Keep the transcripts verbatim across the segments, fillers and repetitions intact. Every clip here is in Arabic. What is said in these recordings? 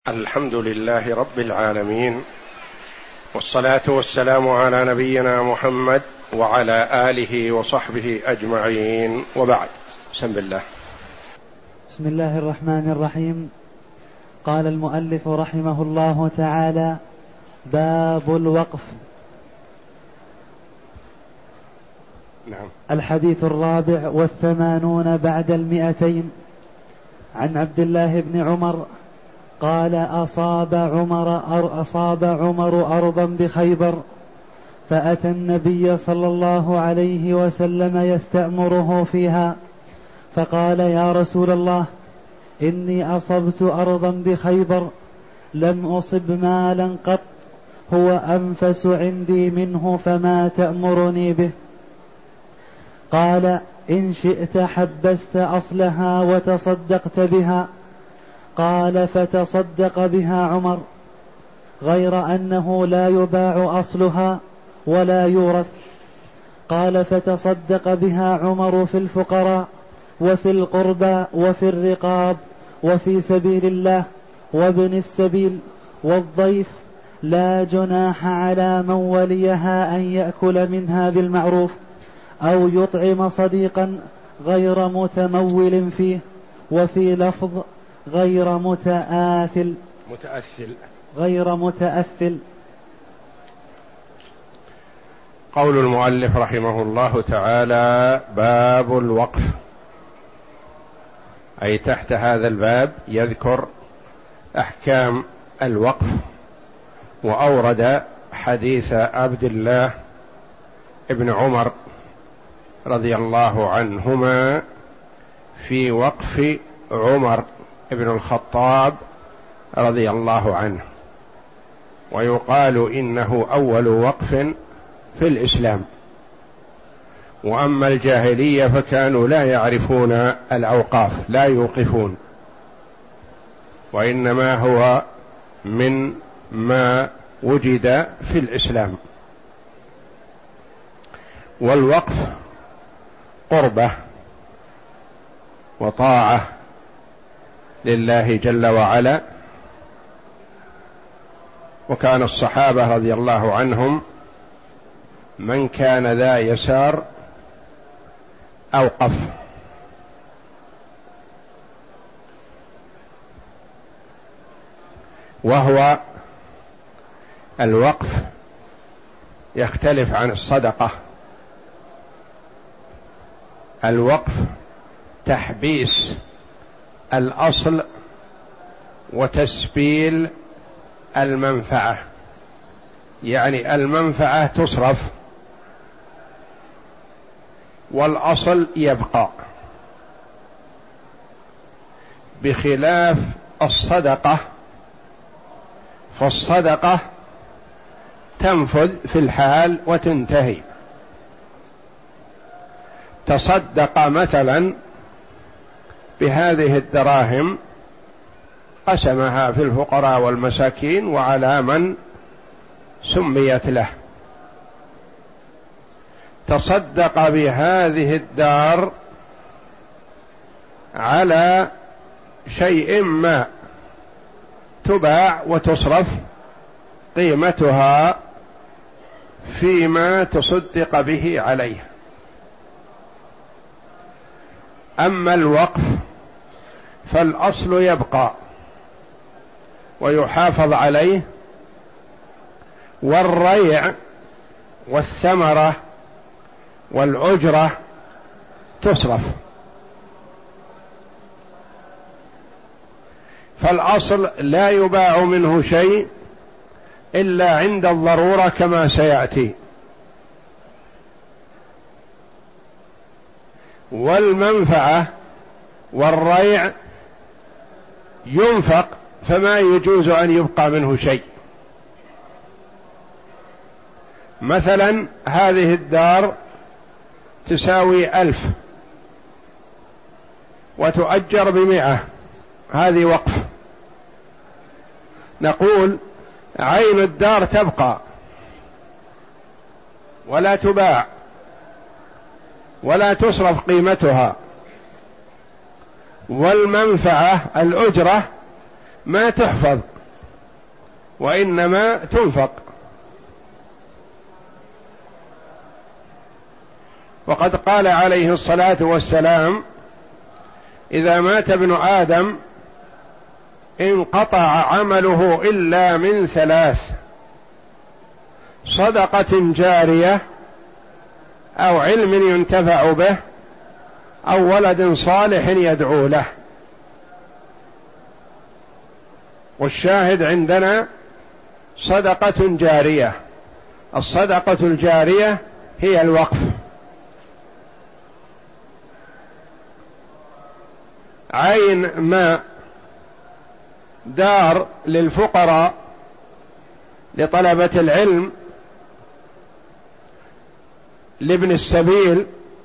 الحمد لله رب العالمين، والصلاة والسلام على نبينا محمد وعلى آله وصحبه أجمعين، وبعد. بسم الله. بسم الله الرحمن الرحيم. قال المؤلف رحمه الله تعالى: باب الوقف. نعم. الحديث الرابع والثمانون بعد المئتين. عن عبد الله بن عمر قال: أصاب عمر, أصاب عمر أرضا بخيبر، فأتى النبي صلى الله عليه وسلم يستأمره فيها، فقال: يا رسول الله، إني أصبت أرضا بخيبر لم أصب مالا قط، هو أنفس عندي منه، فما تأمرني به؟ قال: إن شئت حبست أصلها وتصدقت بها. قال: فتصدق بها عمر، غير أنه لا يباع أصلها ولا يورث. قال: فتصدق بها عمر في الفقراء وفي القربى وفي الرقاب وفي سبيل الله وابن السبيل والضيف، لا جناح على من وليها أن يأكل منها بالمعروف أو يطعم صديقا غير متمول فيه. وفي لفظ: غير متآثل متأثل غير متأثل. قول المؤلف رحمه الله تعالى: باب الوقف، أي تحت هذا الباب يذكر أحكام الوقف، وأورد حديث عبد الله ابن عمر رضي الله عنهما في وقف عمر ابن الخطاب رضي الله عنه، ويقال إنه أول وقف في الإسلام. وأما الجاهلية فكانوا لا يعرفون الأوقاف، لا يوقفون، وإنما هو من ما وجد في الإسلام. والوقف قربة وطاعة لله جل وعلا. وكان الصحابة رضي الله عنهم من كان ذا يسار أوقف، وهو الوقف يختلف عن الصدقة. الوقف تحبيس الأصل وتسبيل المنفعة، يعني المنفعة تصرف والأصل يبقى، بخلاف الصدقة، فالصدقة تنفذ في الحال وتنتهي. تصدق مثلا بهذه الدراهم، قسمها في الفقراء والمساكين وعلى من سميت له. تصدق بهذه الدار على شيء ما تباع وتصرف قيمتها فيما تصدق به عليه. أما الوقف فالأصل يبقى ويحافظ عليه، والريع والثمرة والأجرة تصرف. فالأصل لا يباع منه شيء إلا عند الضرورة كما سيأتي. والمنفعة والريع ينفق، فما يجوز أن يبقى منه شيء. مثلا هذه الدار تساوي ألف وتؤجر بمئة، هذه وقف. نقول عين الدار تبقى ولا تباع ولا تصرف قيمتها، والمنفعة الأجرة ما تحفظ وإنما تنفق. وقد قال عليه الصلاة والسلام: إذا مات ابن آدم انقطع عمله إلا من ثلاث: صدقة جارية، أو علم ينتفع به، أو ولد صالح يدعو له. والشاهد عندنا صدقة جارية. الصدقة الجارية هي الوقف. عين ماء، دار للفقراء لطلبة العلم، لابن السبيل،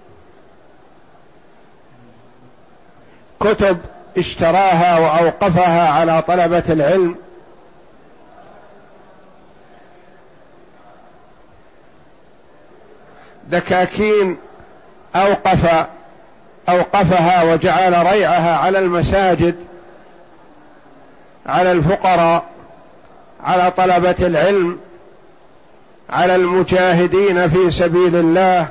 كتب اشتراها وأوقفها على طلبة العلم، دكاكين أوقف أوقفها وجعل ريعها على المساجد، على الفقراء، على طلبة العلم، على المجاهدين في سبيل الله،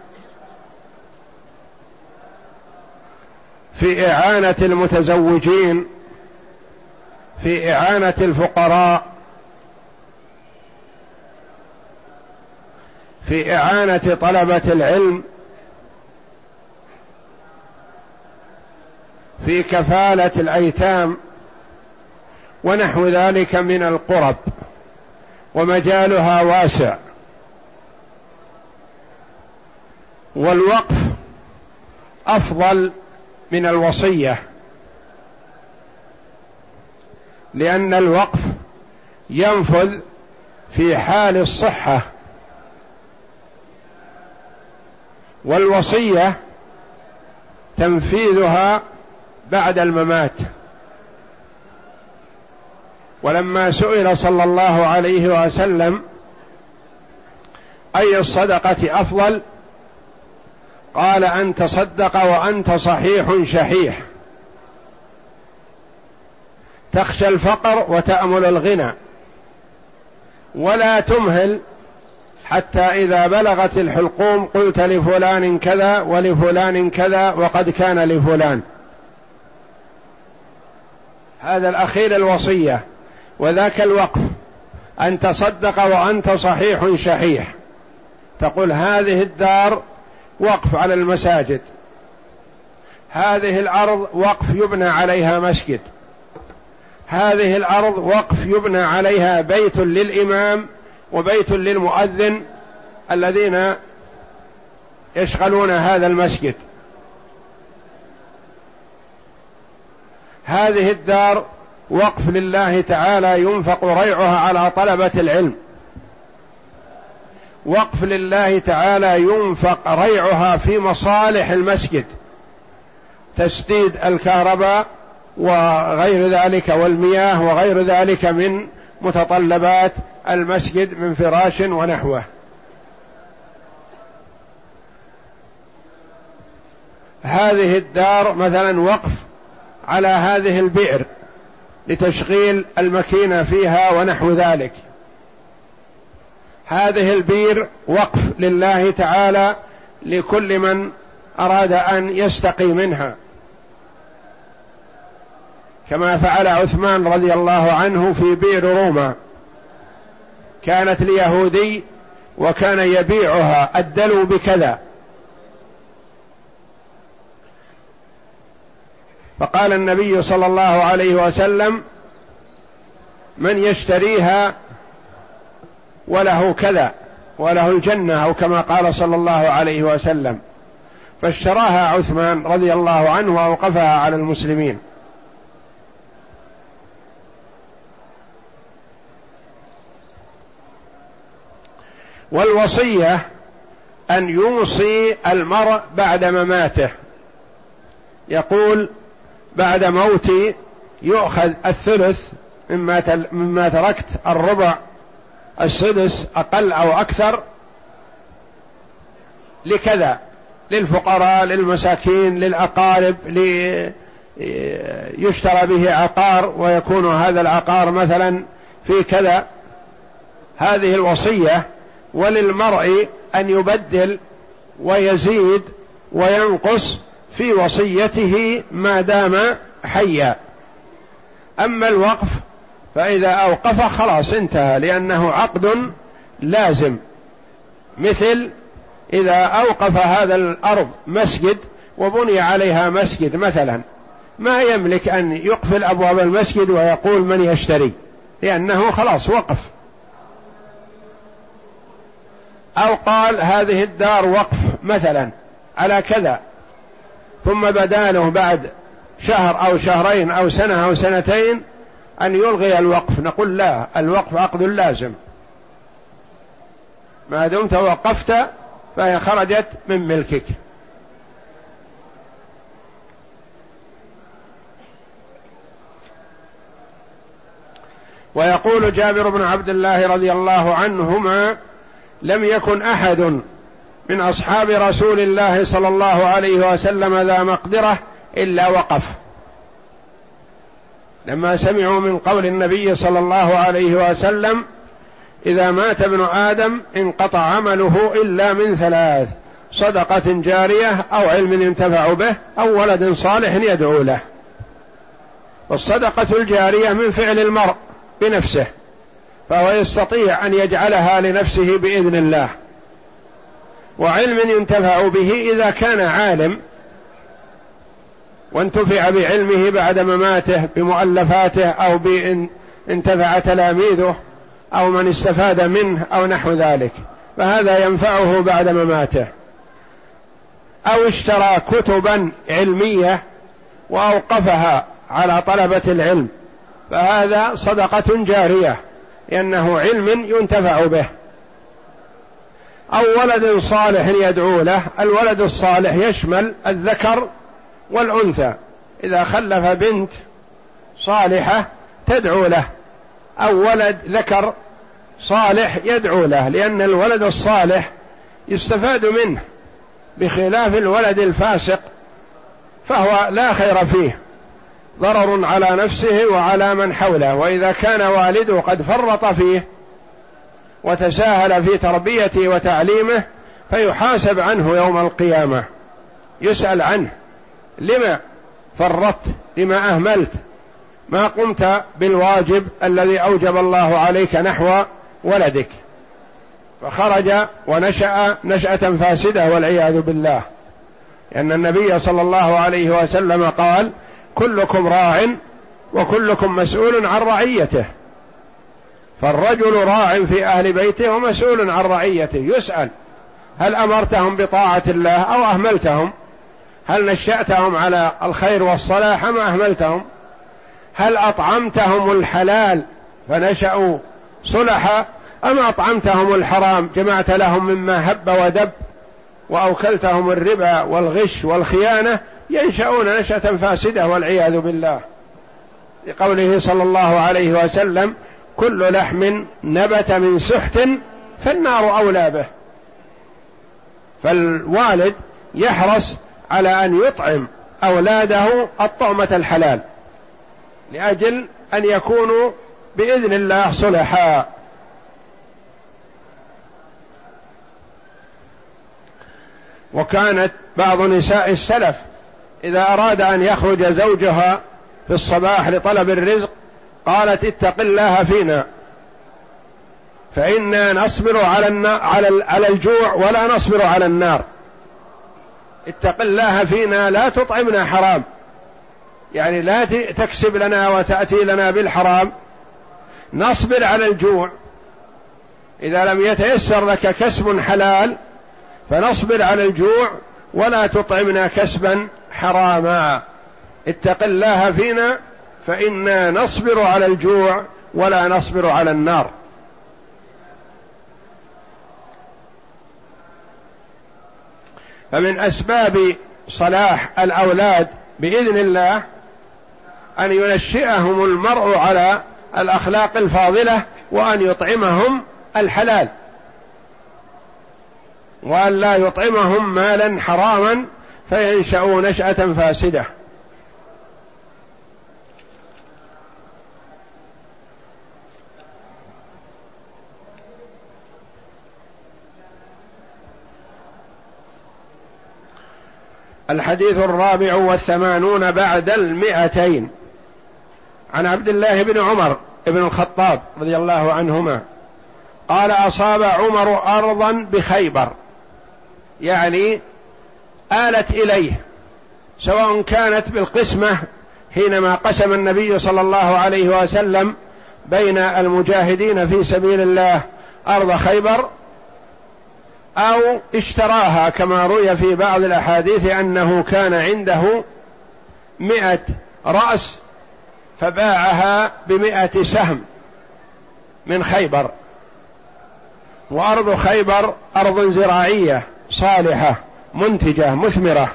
في إعانة المتزوجين، في إعانة الفقراء، في إعانة طلبة العلم، في كفالة الأيتام، ونحو ذلك من القرب، ومجالها واسع. والوقف أفضل من الوصية، لأن الوقف ينفذ في حال الصحة، والوصية تنفيذها بعد الممات. ولما سئل صلى الله عليه وسلم أي الصدقة أفضل، قال: أن تصدق وأنت صحيح شحيح، تخشى الفقر وتأمل الغنى، ولا تمهل حتى إذا بلغت الحلقوم قلت لفلان كذا ولفلان كذا وقد كان لفلان. هذا الأخير الوصية، وذاك الوقف أن تصدق وأنت صحيح شحيح، تقول: هذه الدار وقف على المساجد، هذه الأرض وقف يبنى عليها مسجد، هذه الأرض وقف يبنى عليها بيت للإمام وبيت للمؤذن الذين يشغلون هذا المسجد، هذه الدار وقف لله تعالى ينفق ريعها على طلبة العلم، وقف لله تعالى ينفق ريعها في مصالح المسجد، تسديد الكهرباء وغير ذلك والمياه وغير ذلك من متطلبات المسجد من فراش ونحوه. هذه الدار مثلا وقف على هذه البئر لتشغيل الماكينة فيها ونحو ذلك، هذه البئر وقف لله تعالى لكل من أراد أن يستقي منها، كما فعل عثمان رضي الله عنه في بئر روما، كانت ليهودي وكان يبيعها الدلو بكذا، فقال النبي صلى الله عليه وسلم: من يشتريها وله كذا وله الجنة، أو كما قال صلى الله عليه وسلم، فاشتراها عثمان رضي الله عنه وأوقفها على المسلمين. والوصية أن يوصي المرء بعد مماته، يقول: بعد موتي يؤخذ الثلث مما مما تركت، الربع، السدس أقل أو أكثر، لكذا، للفقراء، للمساكين، للأقارب، ليشترى به عقار، ويكون هذا العقار مثلا في كذا، هذه الوصية، وللمرء أن يبدل ويزيد وينقص في وصيته ما دام حيا. أما الوقف فإذا أوقف خلاص انتهى، لأنه عقد لازم. مثل إذا أوقف هذا الأرض مسجد وبني عليها مسجد مثلا، ما يملك أن يقفل أبواب المسجد ويقول من يشتري، لأنه خلاص وقف. أو قال هذه الدار وقف مثلا على كذا، ثم بدا له بعد شهر أو شهرين أو سنة أو سنتين أن يلغي الوقف، نقول لا، الوقف عقد لازم، ما دمت وقفت فهي خرجت من ملكك. ويقول جابر بن عبد الله رضي الله عنهما: لم يكن أحد من أصحاب رسول الله صلى الله عليه وسلم ذا مقدرة إلا وقف، لما سمعوا من قول النبي صلى الله عليه وسلم: إذا مات ابن آدم انقطع عمله إلا من ثلاث: صدقة جارية أو علم ينتفع به أو ولد صالح يدعو له. والصدقة الجارية من فعل المرء بنفسه، فهو يستطيع أن يجعلها لنفسه بإذن الله. وعلم ينتفع به إذا كان عالم وانتفع بعلمه بعد مماته بمؤلفاته، أو بإن انتفع تلاميذه أو من استفاد منه أو نحو ذلك، فهذا ينفعه بعد مماته. أو اشترى كتبا علمية وأوقفها على طلبة العلم، فهذا صدقة جارية لأنه علم ينتفع به. أو ولد صالح يدعو له. الولد الصالح يشمل الذكر والأنثى، إذا خلف بنت صالحة تدعو له، أو ولد ذكر صالح يدعو له، لأن الولد الصالح يستفاد منه، بخلاف الولد الفاسق فهو لا خير فيه، ضرر على نفسه وعلى من حوله. وإذا كان والده قد فرط فيه وتساهل في تربيته وتعليمه فيحاسب عنه يوم القيامة، يسأل عنه: لما فرطت؟ لما أهملت؟ ما قمت بالواجب الذي أوجب الله عليك نحو ولدك، فخرج ونشأ نشأة فاسدة والعياذ بالله. لأن النبي صلى الله عليه وسلم قال: كلكم راع وكلكم مسؤول عن رعيته. فالرجل راع في أهل بيته ومسؤول عن رعيته، يسأل: هل أمرتهم بطاعة الله أو أهملتهم؟ هل نشأتهم على الخير والصلاح أم أهملتهم؟ هل أطعمتهم الحلال فنشأوا صلحا أم أطعمتهم الحرام جمعت لهم مما هب ودب وأوكلتهم الربا والغش والخيانة ينشأون نشأة فاسدة والعياذ بالله. لقوله صلى الله عليه وسلم: كل لحم نبت من سحت فالنار أولى به. فالوالد يحرص على أن يطعم أولاده الطعمة الحلال لأجل أن يكونوا بإذن الله صلحاء. وكانت بعض نساء السلف إذا أراد أن يخرج زوجها في الصباح لطلب الرزق قالت: اتق الله فينا فإنا نصبر على النا... على على الجوع ولا نصبر على النار. اتق الله فينا، لا تطعمنا حرام، يعني لا تكسب لنا وتأتي لنا بالحرام. نصبر على الجوع، إذا لم يتيسر لك كسب حلال فنصبر على الجوع ولا تطعمنا كسبا حراما. اتق الله فينا فإنا نصبر على الجوع ولا نصبر على النار. فمن أسباب صلاح الأولاد بإذن الله أن ينشئهم المرء على الأخلاق الفاضلة، وأن يطعمهم الحلال، وأن لا يطعمهم مالا حراما فينشأوا نشأة فاسدة. الحديث الرابع والثمانون بعد المئتين. عن عبد الله بن عمر بن الخطاب رضي الله عنهما قال: أصاب عمر أرضا بخيبر، يعني آلت إليه، سواء كانت بالقسمة حينما قسم النبي صلى الله عليه وسلم بين المجاهدين في سبيل الله أرض خيبر، أو اشتراها كما روي في بعض الأحاديث أنه كان عنده مئة رأس فباعها بمئة سهم من خيبر. وأرض خيبر أرض زراعية صالحة منتجة مثمرة.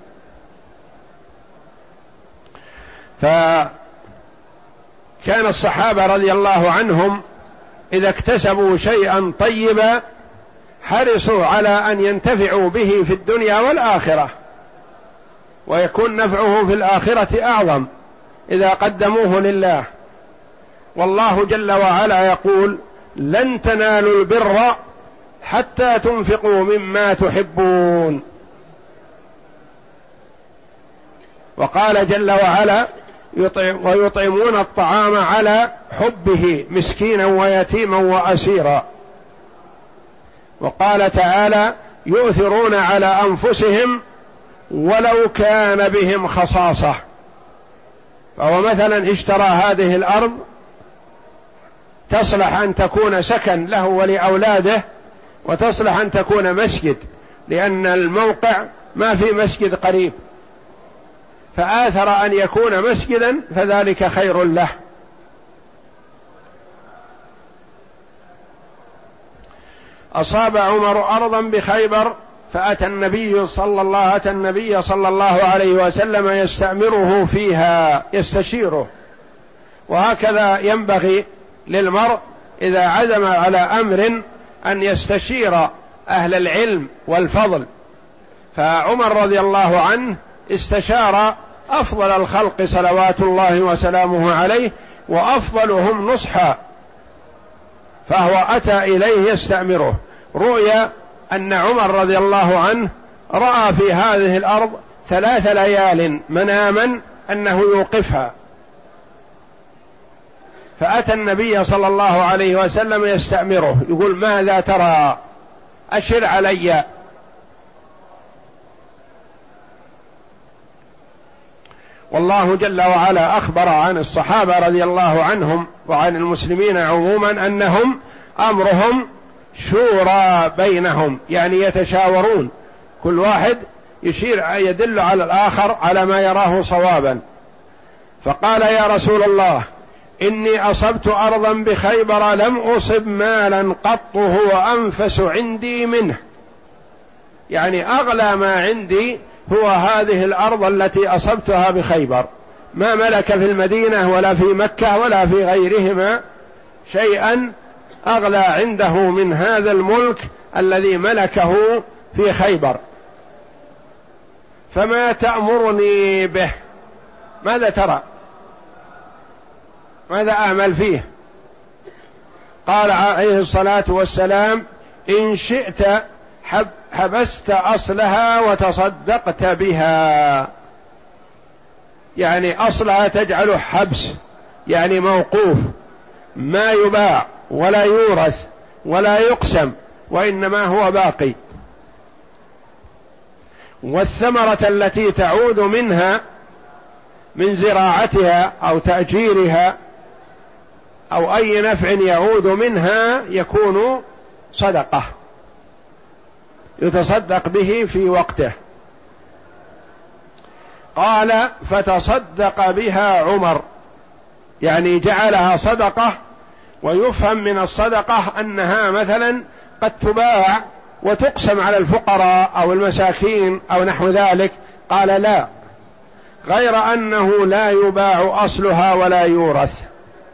فكان الصحابة رضي الله عنهم إذا اكتسبوا شيئا طيبا حرصوا على أن ينتفعوا به في الدنيا والآخرة، ويكون نفعه في الآخرة أعظم إذا قدموه لله. والله جل وعلا يقول: لن تنالوا البر حتى تنفقوا مما تحبون. وقال جل وعلا: ويطعمون الطعام على حبه مسكينا ويتيما وأسيرا. وقال تعالى: يؤثرون على أنفسهم ولو كان بهم خصاصة. فهو مثلا اشترى هذه الأرض تصلح أن تكون سكن له ولأولاده، وتصلح أن تكون مسجد، لأن الموقع ما في مسجد قريب، فآثر أن يكون مسجدا فذلك خير له. أصاب عمر أرضا بخيبر فأتى النبي صلى الله أتى النبي صلى الله عليه وسلم يستأمره فيها، يستشيره. وهكذا ينبغي للمرء إذا عزم على أمر أن يستشير أهل العلم والفضل. فعمر رضي الله عنه استشار أفضل الخلق صلوات الله وسلامه عليه وأفضلهم نصحا، فهو أتى إليه يستأمره. رؤي أن عمر رضي الله عنه رأى في هذه الأرض ثلاث ليال مناما أنه يوقفها، فأتى النبي صلى الله عليه وسلم يستأمره، يقول: ماذا ترى؟ أشر علي. والله جل وعلا أخبر عن الصحابة رضي الله عنهم وعن المسلمين عموما أنهم أمرهم شورى بينهم، يعني يتشاورون، كل واحد يشير يدل على الآخر على ما يراه صوابا. فقال: يا رسول الله، إني أصبت أرضا بخيبر لم أصب مالا قط هو أنفس عندي منه، يعني أغلى ما عندي هو هذه الأرض التي أصبتها بخيبر، ما ملك في المدينة ولا في مكة ولا في غيرهما شيئا أغلى عنده من هذا الملك الذي ملكه في خيبر، فما تأمرني به؟ ماذا ترى؟ ماذا أعمل فيه؟ قال عليه الصلاة والسلام: إن شئت حب حبست أصلها وتصدقت بها، يعني أصلها تجعله حبس، يعني موقوف، ما يباع ولا يورث ولا يقسم، وإنما هو باقي. والثمرة التي تعود منها من زراعتها أو تأجيرها أو أي نفع يعود منها يكون صدقة يتصدق به في وقته. قال: فتصدق بها عمر، يعني جعلها صدقة. ويفهم من الصدقة أنها مثلا قد تباع وتقسم على الفقراء أو المساكين أو نحو ذلك. قال: لا، غير أنه لا يباع أصلها ولا يورث،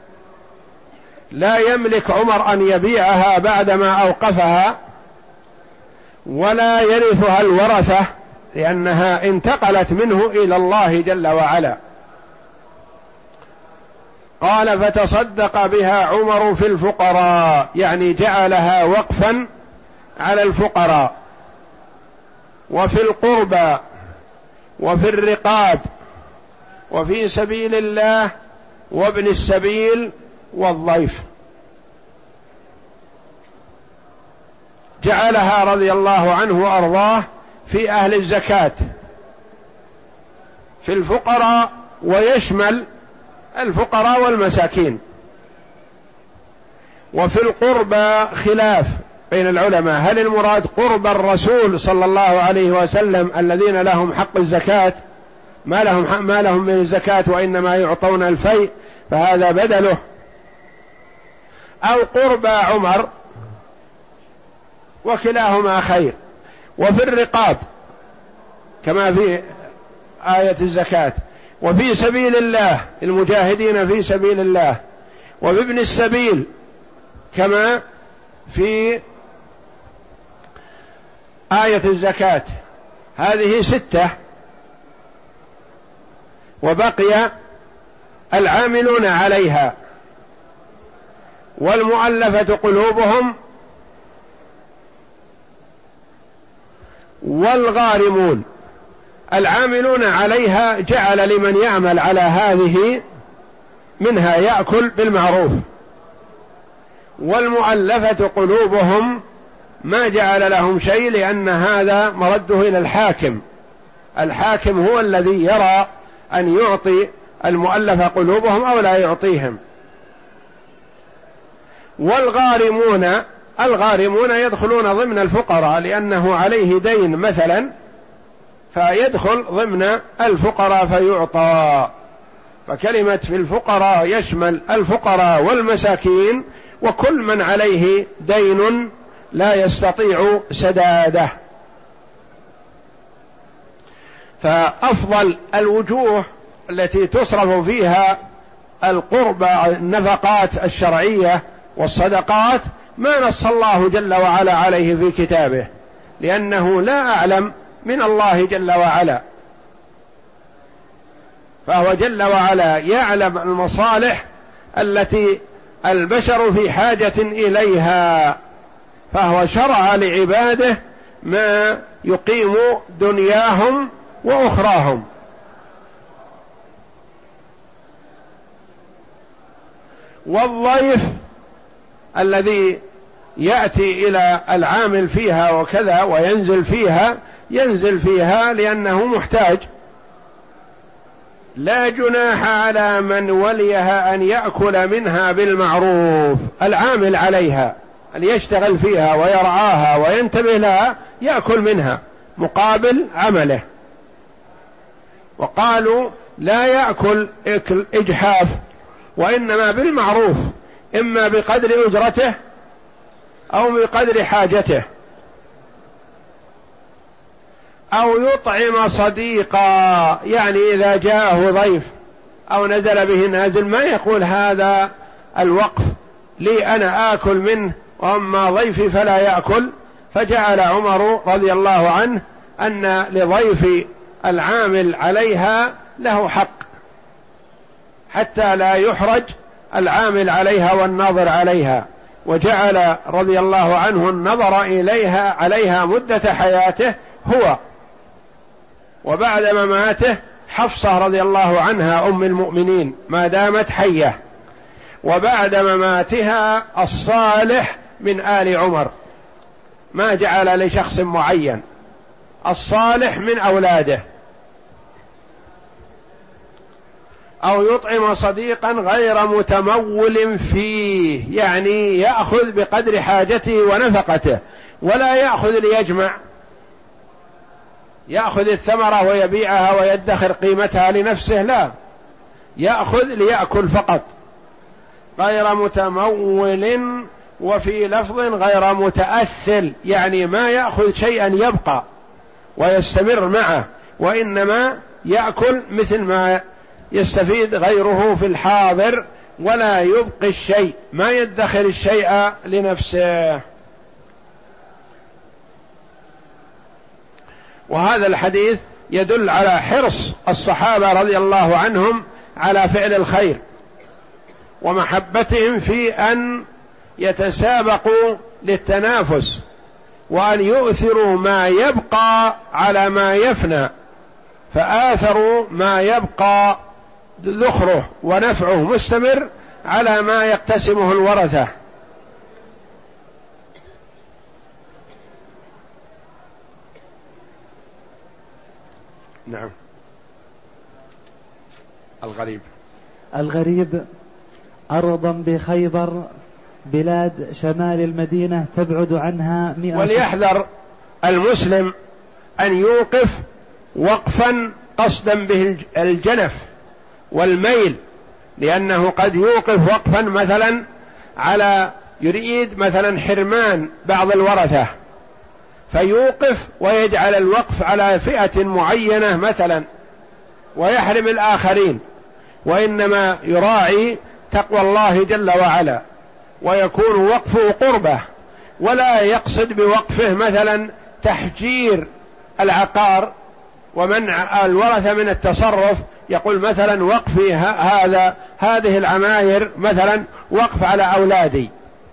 لا يملك عمر أن يبيعها بعدما أوقفها، ولا يرثها الورثة، لأنها انتقلت منه إلى الله جل وعلا. قال: فتصدق بها عمر في الفقراء، يعني جعلها وقفا على الفقراء، وفي القربى، وفي الرقاب وفي سبيل الله وابن السبيل والضيف. جعلها رضي الله عنه وأرضاه في أهل الزكاة في الفقراء، ويشمل الفقراء والمساكين. وفي القربى خلاف بين العلماء، هل المراد قرب الرسول صلى الله عليه وسلم الذين لهم حق الزكاة ما لهم ما لهم من الزكاة وإنما يعطون الفيء فهذا بدله، أو قرب عمر، وكلاهما خير. وفي الرقاب كما في آية الزكاة، وفي سبيل الله المجاهدين في سبيل الله، وبابن السبيل كما في آية الزكاة. هذه ستة، وبقي العاملون عليها والمؤلفة قلوبهم والغارمون. العاملون عليها جعل لمن يعمل على هذه منها يأكل بالمعروف، والمؤلفة قلوبهم ما جعل لهم شيء لأن هذا مرده إلى الحاكم. الحاكم هو الذي يرى أن يعطي المؤلفة قلوبهم أو لا يعطيهم. والغارمون، الغارمون يدخلون ضمن الفقراء لأنه عليه دين مثلا فيدخل ضمن الفقراء فيعطى. فكلمة في الفقراء يشمل الفقراء والمساكين وكل من عليه دين لا يستطيع سداده. فأفضل الوجوه التي تصرف فيها القربى النفقات الشرعية والصدقات ما نص الله جل وعلا عليه في كتابه، لأنه لا أعلم من الله جل وعلا، فهو جل وعلا يعلم المصالح التي البشر في حاجة إليها، فهو شرع لعباده ما يقيم دنياهم وأخراهم. والضيف الذي يأتي إلى العامل فيها وكذا وينزل فيها، ينزل فيها لأنه محتاج، لا جناح على من وليها أن يأكل منها بالمعروف. العامل عليها أن يشتغل فيها ويرعاها وينتبه لها يأكل منها مقابل عمله. وقالوا لا يأكل إكل إجحاف، وإنما بالمعروف، إما بقدر أجرته أو بقدر حاجته، أو يطعم صديقا، يعني إذا جاءه ضيف أو نزل به نازل ما يقول هذا الوقف لي أنا آكل منه وأما ضيفي فلا يأكل. فجعل عمر رضي الله عنه أن لضيف العامل عليها له حق حتى لا يحرج العامل عليها والناظر عليها، وجعل رضي الله عنه النظر إليها عليها مدة حياته هو، وبعد مماته حفصة رضي الله عنها أم المؤمنين ما دامت حية، وبعد مماتها الصالح من آل عمر، ما جعل لشخص معين، الصالح من أولاده. أو يطعم صديقا غير متمول فيه، يعني يأخذ بقدر حاجته ونفقته، ولا يأخذ ليجمع، يأخذ الثمرة ويبيعها ويدخر قيمتها لنفسه، لا، يأخذ ليأكل فقط. غير متمول، وفي لفظ غير متأثل، يعني ما يأخذ شيئا يبقى ويستمر معه، وإنما يأكل مثل ما يستفيد غيره في الحاضر، ولا يبقي الشيء، ما يدخر الشيء لنفسه. وهذا الحديث يدل على حرص الصحابة رضي الله عنهم على فعل الخير، ومحبتهم في أن يتسابقوا للتنافس، وأن يؤثروا ما يبقى على ما يفنى، فآثروا ما يبقى ذخره ونفعه مستمر على ما يقتسمه الورثة. نعم. الغريب الغريب أرضا بخيبر بلاد شمال المدينة تبعد عنها مئة. وليحذر المسلم أن يوقف وقفا قصدا به الجنف والميل، لأنه قد يوقف وقفا مثلا على يريد مثلا حرمان بعض الورثة، فيوقف ويجعل الوقف على فئة معينة مثلا ويحرم الآخرين، وإنما يراعي تقوى الله جل وعلا، ويكون وقفه قربة، ولا يقصد بوقفه مثلا تحجير العقار ومنع الورثة من التصرف. يقول مثلا وقفي هذا هذه العماير مثلا وقف على أولادي،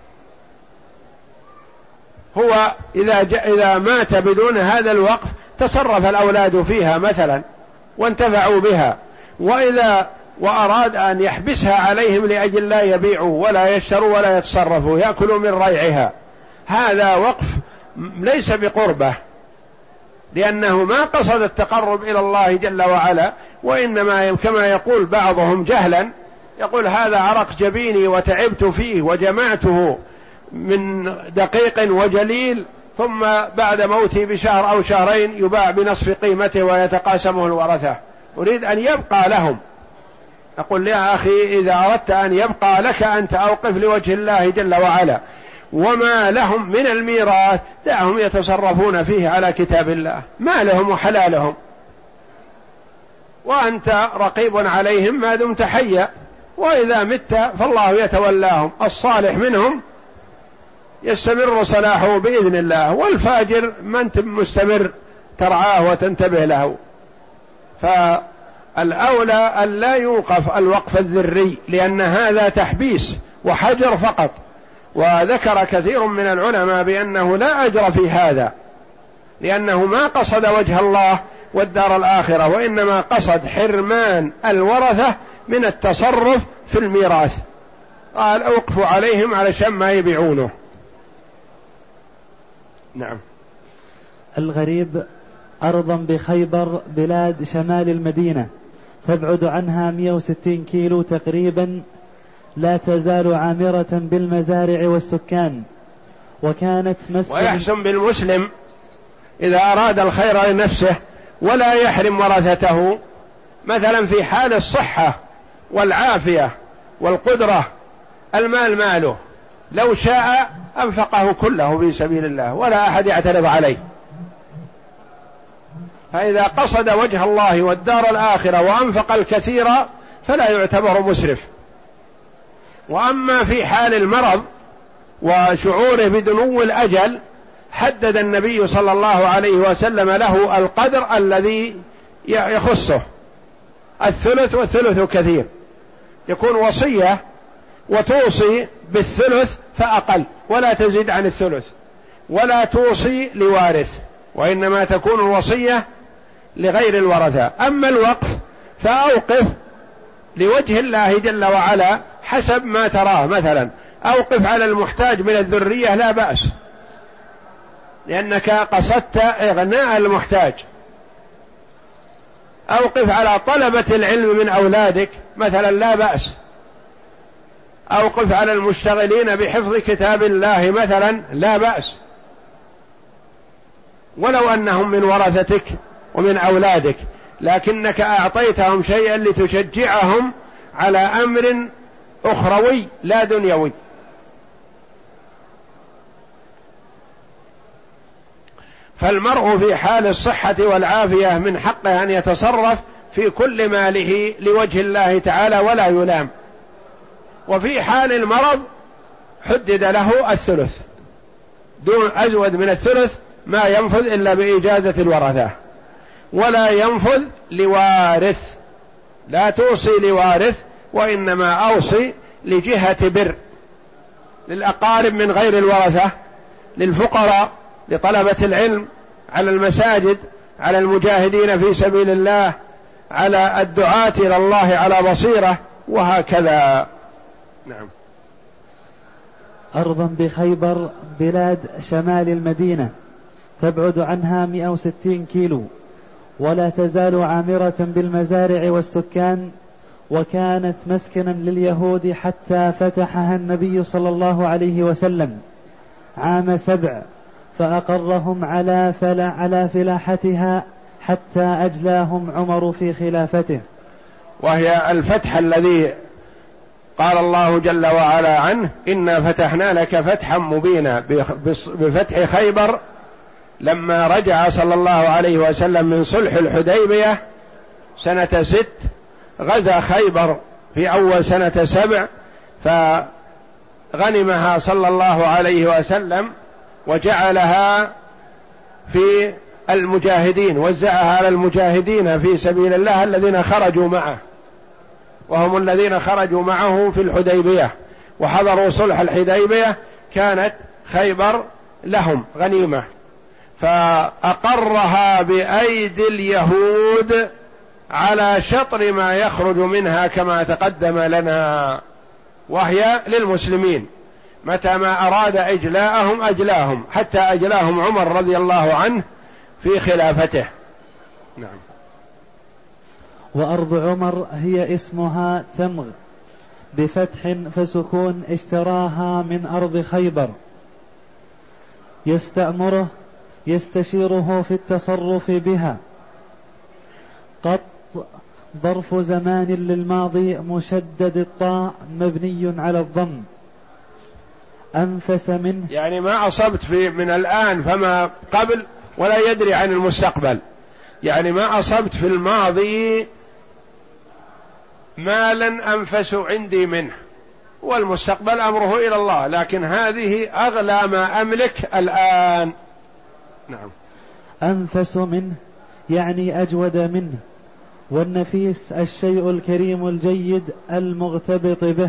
هو إذا إذا مات بدون هذا الوقف تصرف الأولاد فيها مثلا وانتفعوا بها، وإذا وأراد أن يحبسها عليهم لأجل لا يبيعوا ولا يشتروا ولا يتصرفوا يأكلوا من ريعها، هذا وقف ليس بقربة، لأنه ما قصد التقرب إلى الله جل وعلا، وإنما كما يقول بعضهم جهلا يقول هذا عرق جبيني وتعبت فيه وجمعته من دقيق وجليل، ثم بعد موتي بشهر أو شهرين يباع بنصف قيمته ويتقاسمه الورثة، أريد أن يبقى لهم. أقول يا أخي إذا أردت أن يبقى لك أنت أوقف لوجه الله جل وعلا، وما لهم من الميراث دعهم يتصرفون فيه على كتاب الله، ما لهم وحلالهم، وأنت رقيب عليهم ما دمت حيا، وإذا مت فالله يتولاهم، الصالح منهم يستمر صلاحه بإذن الله، والفاجر ما أنت مستمر ترعاه وتنتبه له. فالأولى أن لا يوقف الوقف الذري، لأن هذا تحبيس وحجر فقط، وذكر كثير من العلماء بأنه لا أجر في هذا، لأنه ما قصد وجه الله والدار الآخرة، وإنما قصد حرمان الورثة من التصرف في الميراث، قال أوقفوا عليهم علشان ما يبيعونه. نعم. الغريب أرضا بخيبر بلاد شمال المدينة تبعد عنها مئة وستين كيلو تقريبا، لا تزال عامرة بالمزارع والسكان، وكانت مسكن. ويحسن بالمسلم إذا أراد الخير لنفسه ولا يحرم ورثته، مثلا في حال الصحة والعافية والقدرة، المال ماله، لو شاء أنفقه كله في سبيل الله ولا أحد يعترض عليه. فإذا قصد وجه الله والدار الآخرة وأنفق الكثير فلا يعتبر مسرف. وأما في حال المرض وشعوره بدنو الأجل حدد النبي صلى الله عليه وسلم له القدر الذي يخصه، الثلث، والثلث كثير، يكون وصية وتوصي بالثلث فأقل ولا تزيد عن الثلث، ولا توصي لوارث، وإنما تكون الوصية لغير الورثة. أما الوقف فأوقف لوجه الله جل وعلا حسب ما تراه، مثلا أوقف على المحتاج من الذرية لا بأس، لأنك قصدت إغناء المحتاج. أوقف على طلبة العلم من أولادك مثلا لا بأس. أوقف على المشتغلين بحفظ كتاب الله مثلا لا بأس، ولو أنهم من ورثتك ومن أولادك، لكنك أعطيتهم شيئا لتشجعهم على أمر أخروي لا دنيوي. فالمرء في حال الصحة والعافية من حقه أن يتصرف في كل ماله لوجه الله تعالى ولا يلام. وفي حال المرض حدد له الثلث، دون أزود من الثلث ما ينفذ إلا بإجازة الورثة، ولا ينفذ لوارث، لا توصي لوارث، وإنما أوصي لجهة بر، للأقارب من غير الورثة، للفقراء، لطلبة العلم، على المساجد، على المجاهدين في سبيل الله، على الدعاة إلى الله على بصيرة، وهكذا. نعم. أرضا بخيبر بلاد شمال المدينة تبعد عنها مئة وستين كيلو، ولا تزال عامرة بالمزارع والسكان، وكانت مسكنا لليهود حتى فتحها النبي صلى الله عليه وسلم عام سبع، فأقرهم على, فلا على فلاحتها حتى أجلاهم عمر في خلافته. وهي الفتح الذي قال الله جل وعلا عنه: إنا فتحنا لك فتحا مبينا، بفتح خيبر. لما رجع صلى الله عليه وسلم من صلح الحديبية سنة ست، غزا خيبر في أول سنة سبع، فغنمها صلى الله عليه وسلم وجعلها في المجاهدين، وزعها على المجاهدين في سبيل الله الذين خرجوا معه، وهم الذين خرجوا معه في الحديبية وحضروا صلح الحديبية، كانت خيبر لهم غنيمة، فأقرها بأيدي اليهود على شطر ما يخرج منها كما تقدم لنا، وهي للمسلمين. متى ما أراد إجلاءهم أجلاهم، حتى أجلاهم عمر رضي الله عنه في خلافته. نعم. وأرض عمر هي اسمها تمغ بفتح فسكون، اشتراها من أرض خيبر، يستأمره يستشيره في التصرف بها. قط ظرف زمان للماضي مشدد الطاء مبني على الضم. أنفس منه، يعني ما أصبت في من الآن فما قبل ولا يدري عن المستقبل، يعني ما أصبت في الماضي مالا أنفس عندي منه، والمستقبل أمره إلى الله، لكن هذه أغلى ما أملك الآن. نعم. أنفس منه يعني أجود منه، والنفيس الشيء الكريم الجيد المغتبط به.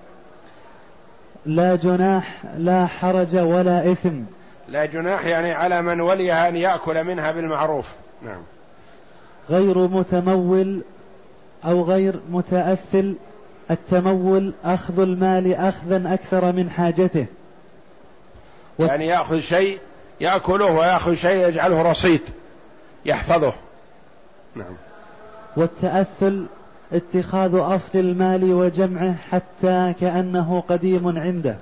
لا جناح لا حرج ولا إثم. لا جناح يعني على من وليها أن يأكل منها بالمعروف. نعم. غير متمول أو غير متأثل. التمول أخذ المال أخذا أكثر من حاجته، يعني يأخذ شيء يأكله ويأخذ شيء يجعله رصيد يحفظه. نعم. والتأثل اتخاذ أصل المال وجمعه حتى كأنه قديم عنده.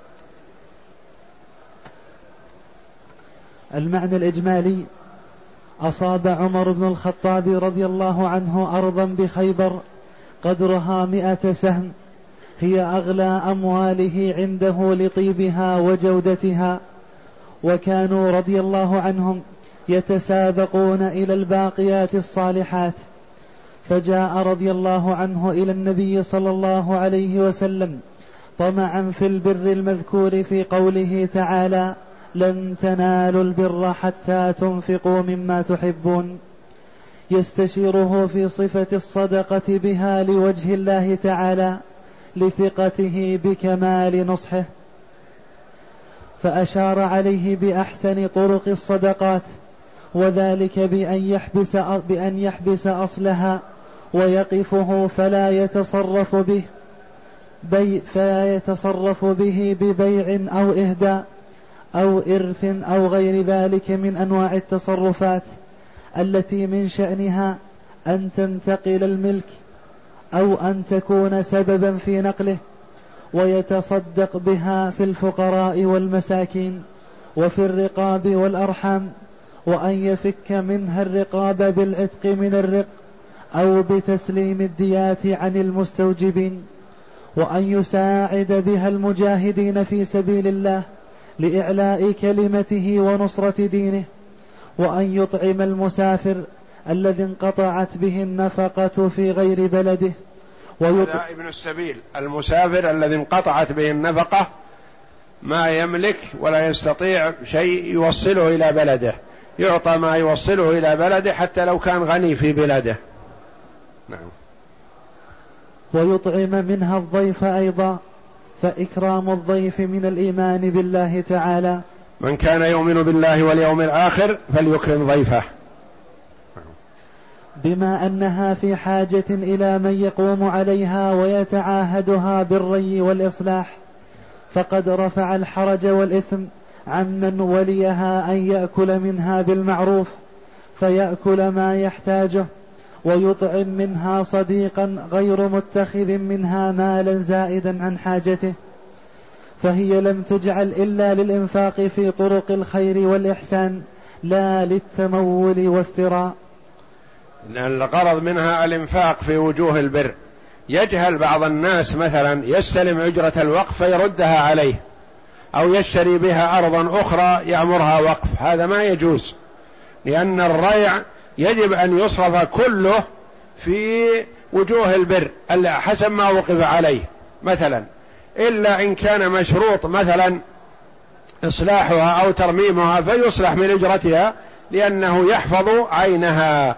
المعنى الإجمالي: أصاب عمر بن الخطاب رضي الله عنه أرضا بخيبر قدرها مئة سهم، هي أغلى أمواله عنده لطيبها وجودتها، وكانوا رضي الله عنهم يتسابقون إلى الباقيات الصالحات. فجاء رضي الله عنه إلى النبي صلى الله عليه وسلم طمعا في البر المذكور في قوله تعالى: لن تنالوا البر حتى تنفقوا مما تحبون، يستشيره في صفة الصدقة بها لوجه الله تعالى لثقته بكمال نصحه، فأشار عليه بأحسن طرق الصدقات، وذلك بأن يحبس, بأن يحبس أصلها ويقفه فلا يتصرف به بي فلا يتصرف به ببيع أو إهداء أو إرث أو غير ذلك من أنواع التصرفات التي من شأنها أن تنتقل الملك أو أن تكون سببا في نقله، ويتصدق بها في الفقراء والمساكين وفي الرقاب والأرحام، وأن يفك منها الرقاب بالعتق من الرق أو بتسليم الديات عن المستوجبين، وأن يساعد بها المجاهدين في سبيل الله لإعلاء كلمته ونصرة دينه، وأن يطعم المسافر الذي انقطعت به النفقة في غير بلده. ويطعم ابن السبيل المسافر الذي انقطعت به النفقة، ما يملك ولا يستطيع شيء يوصله إلى بلده، يعطى ما يوصله إلى بلده حتى لو كان غني في بلده. نعم. ويطعم منها الضيف أيضا، فإكرام الضيف من الإيمان بالله تعالى. من كان يؤمن بالله واليوم الآخر فليكرم ضيفه. بما أنها في حاجة إلى من يقوم عليها ويتعاهدها بالري والإصلاح، فقد رفع الحرج والإثم عمن وليها أن يأكل منها بالمعروف، فيأكل ما يحتاجه ويطعم منها صديقا غير متخذ منها مالا زائدا عن حاجته، فهي لم تجعل إلا للإنفاق في طرق الخير والإحسان لا للتمول والثراء. الغرض منها الإنفاق في وجوه البر. يجهل بعض الناس مثلا يستلم أجرة الوقف فيردها عليه، أو يشتري بها أرضا أخرى يأمرها وقف، هذا ما يجوز، لأن الريع يجب أن يصرف كله في وجوه البر حسب ما وقف عليه مثلا، إلا إن كان مشروط مثلا إصلاحها أو ترميمها فيصلح من أجرتها لأنه يحفظ عينها،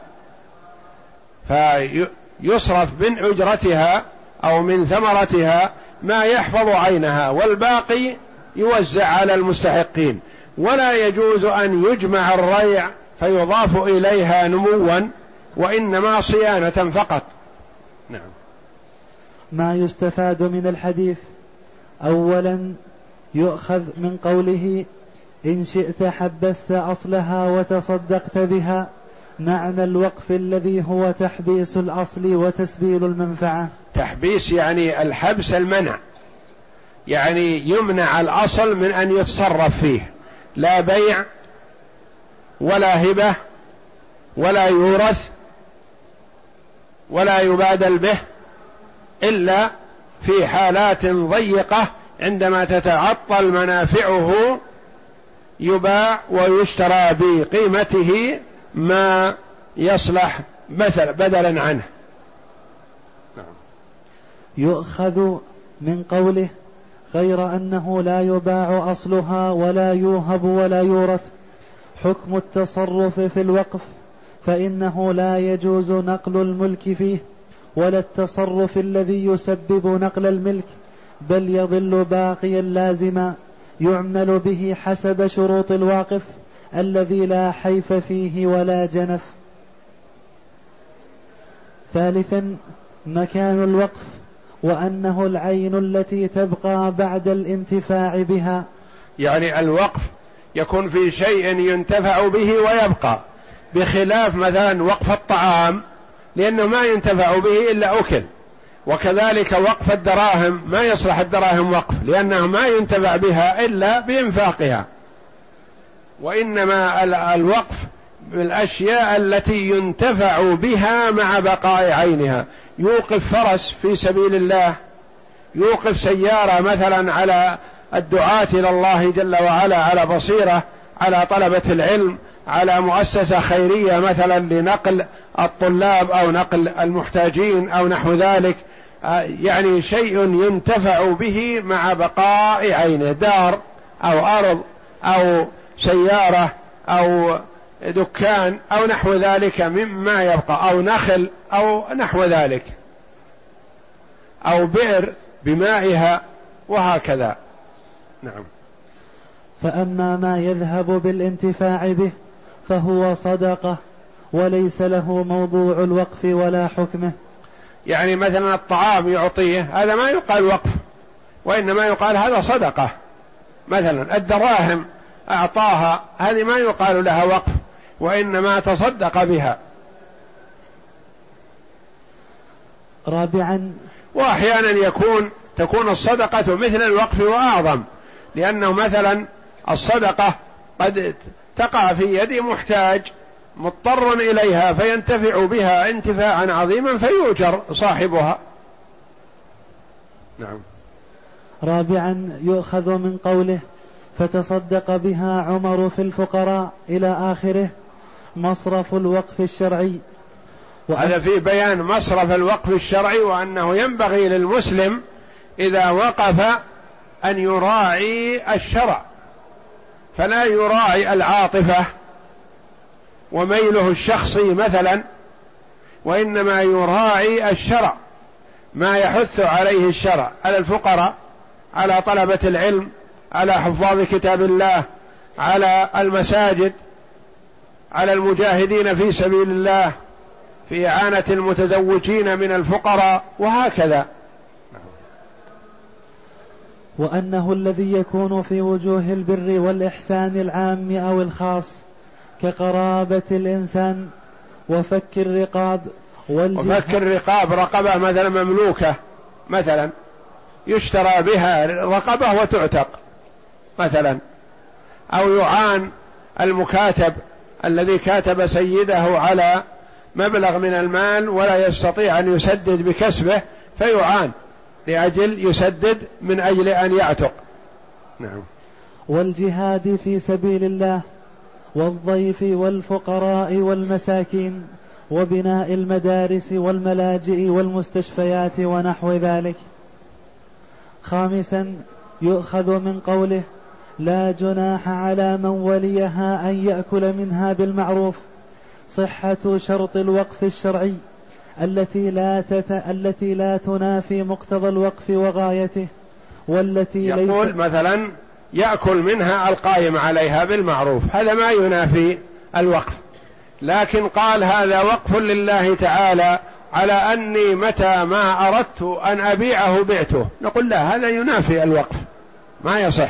فيصرف من أجرتها أو من ثمرتها ما يحفظ عينها، والباقي يوزع على المستحقين. ولا يجوز أن يجمع الريع فيضاف إليها نموا، وإنما صيانة فقط. نعم. ما يستفاد من الحديث: أولا يؤخذ من قوله إن شئت حبست أصلها وتصدقت بها معنى الوقف الذي هو تحبيس الأصل وتسبيل المنفعة. تحبيس يعني الحبس المنع، يعني يمنع الأصل من أن يتصرف فيه، لا بيع ولا هبة ولا يورث ولا يبادل به إلا في حالات ضيقة عندما تتعطل منافعه يباع ويشترى بقيمته ما يصلح مثل بدلا عنه. يؤخذ من قوله غير أنه لا يباع أصلها ولا يوهب ولا يورث حكم التصرف في الوقف، فإنه لا يجوز نقل الملك فيه ولا التصرف الذي يسبب نقل الملك، بل يظل باقيا لازما يعمل به حسب شروط الواقف الذي لا حيف فيه ولا جنف. ثالثا مكان الوقف، وأنه العين التي تبقى بعد الانتفاع بها. يعني الوقف يكون في شيء ينتفع به ويبقى، بخلاف مثلا وقف الطعام لأنه ما ينتفع به إلا أكل، وكذلك وقف الدراهم ما يصلح الدراهم وقف لأنه ما ينتفع بها إلا بإنفاقها، وإنما الوقف بالأشياء التي ينتفع بها مع بقاء عينها. يوقف فرس في سبيل الله، يوقف سيارة مثلا على الدعاة إلى الله جل وعلا على بصيرة، على طلبة العلم، على مؤسسة خيرية مثلا لنقل الطلاب أو نقل المحتاجين أو نحو ذلك، يعني شيء ينتفع به مع بقاء عينه، دار أو أرض أو سيارة أو دكان أو نحو ذلك مما يبقى، أو نخل أو نحو ذلك، أو بئر بمائها وهكذا. نعم. فأما ما يذهب بالانتفاع به فهو صدقة وليس له موضوع الوقف ولا حكمه. يعني مثلا الطعام يعطيه هذا ما يقال وقف، وإنما يقال هذا صدقة. مثلا الدراهم أعطاها هذه ما يقال لها وقف، وإنما تصدق بها. رابعا، وأحيانا يكون تكون الصدقة مثل الوقف وأعظم، لأنه مثلا الصدقة قد تقع في يد محتاج مضطر إليها فينتفع بها انتفاعا عظيما فيؤجر صاحبها. نعم. رابعا يؤخذ من قوله فتصدق بها عمر في الفقراء إلى آخره مصرف الوقف الشرعي. هذا في بيان مصرف الوقف الشرعي، وأنه ينبغي للمسلم إذا وقف أن يراعي الشرع، فلا يراعي العاطفة وميله الشخصي مثلا، وإنما يراعي الشرع، ما يحث عليه الشرع على الفقراء، على طلبة العلم، على حفاظ كتاب الله، على المساجد، على المجاهدين في سبيل الله، في إعانة المتزوجين من الفقراء وهكذا. وأنه الذي يكون في وجوه البر والإحسان العام أو الخاص كقرابة الإنسان وفك الرقاب وفك الرقاب، رقبة مثلا مملوكة مثلا يشترى بها رقبة وتعتق مثلا، أو يعان المكاتب الذي كاتب سيده على مبلغ من المال ولا يستطيع أن يسدد بكسبه فيعان لأجل يسدد من أجل أن يعتق. نعم. والجهاد في سبيل الله والضيف والفقراء والمساكين وبناء المدارس والملاجئ والمستشفيات ونحو ذلك. خامسا يؤخذ من قوله لا جناح على من وليها أن يأكل منها بالمعروف صحة شرط الوقف الشرعي التي لا, تت... التي لا تنافي مقتضى الوقف وغايته، والتي يقول ليس... مثلا يأكل منها القائم عليها بالمعروف، هذا ما ينافي الوقف، لكن قال هذا وقف لله تعالى على أني متى ما أردت أن أبيعه بعته، نقول لا، هذا ينافي الوقف ما يصح.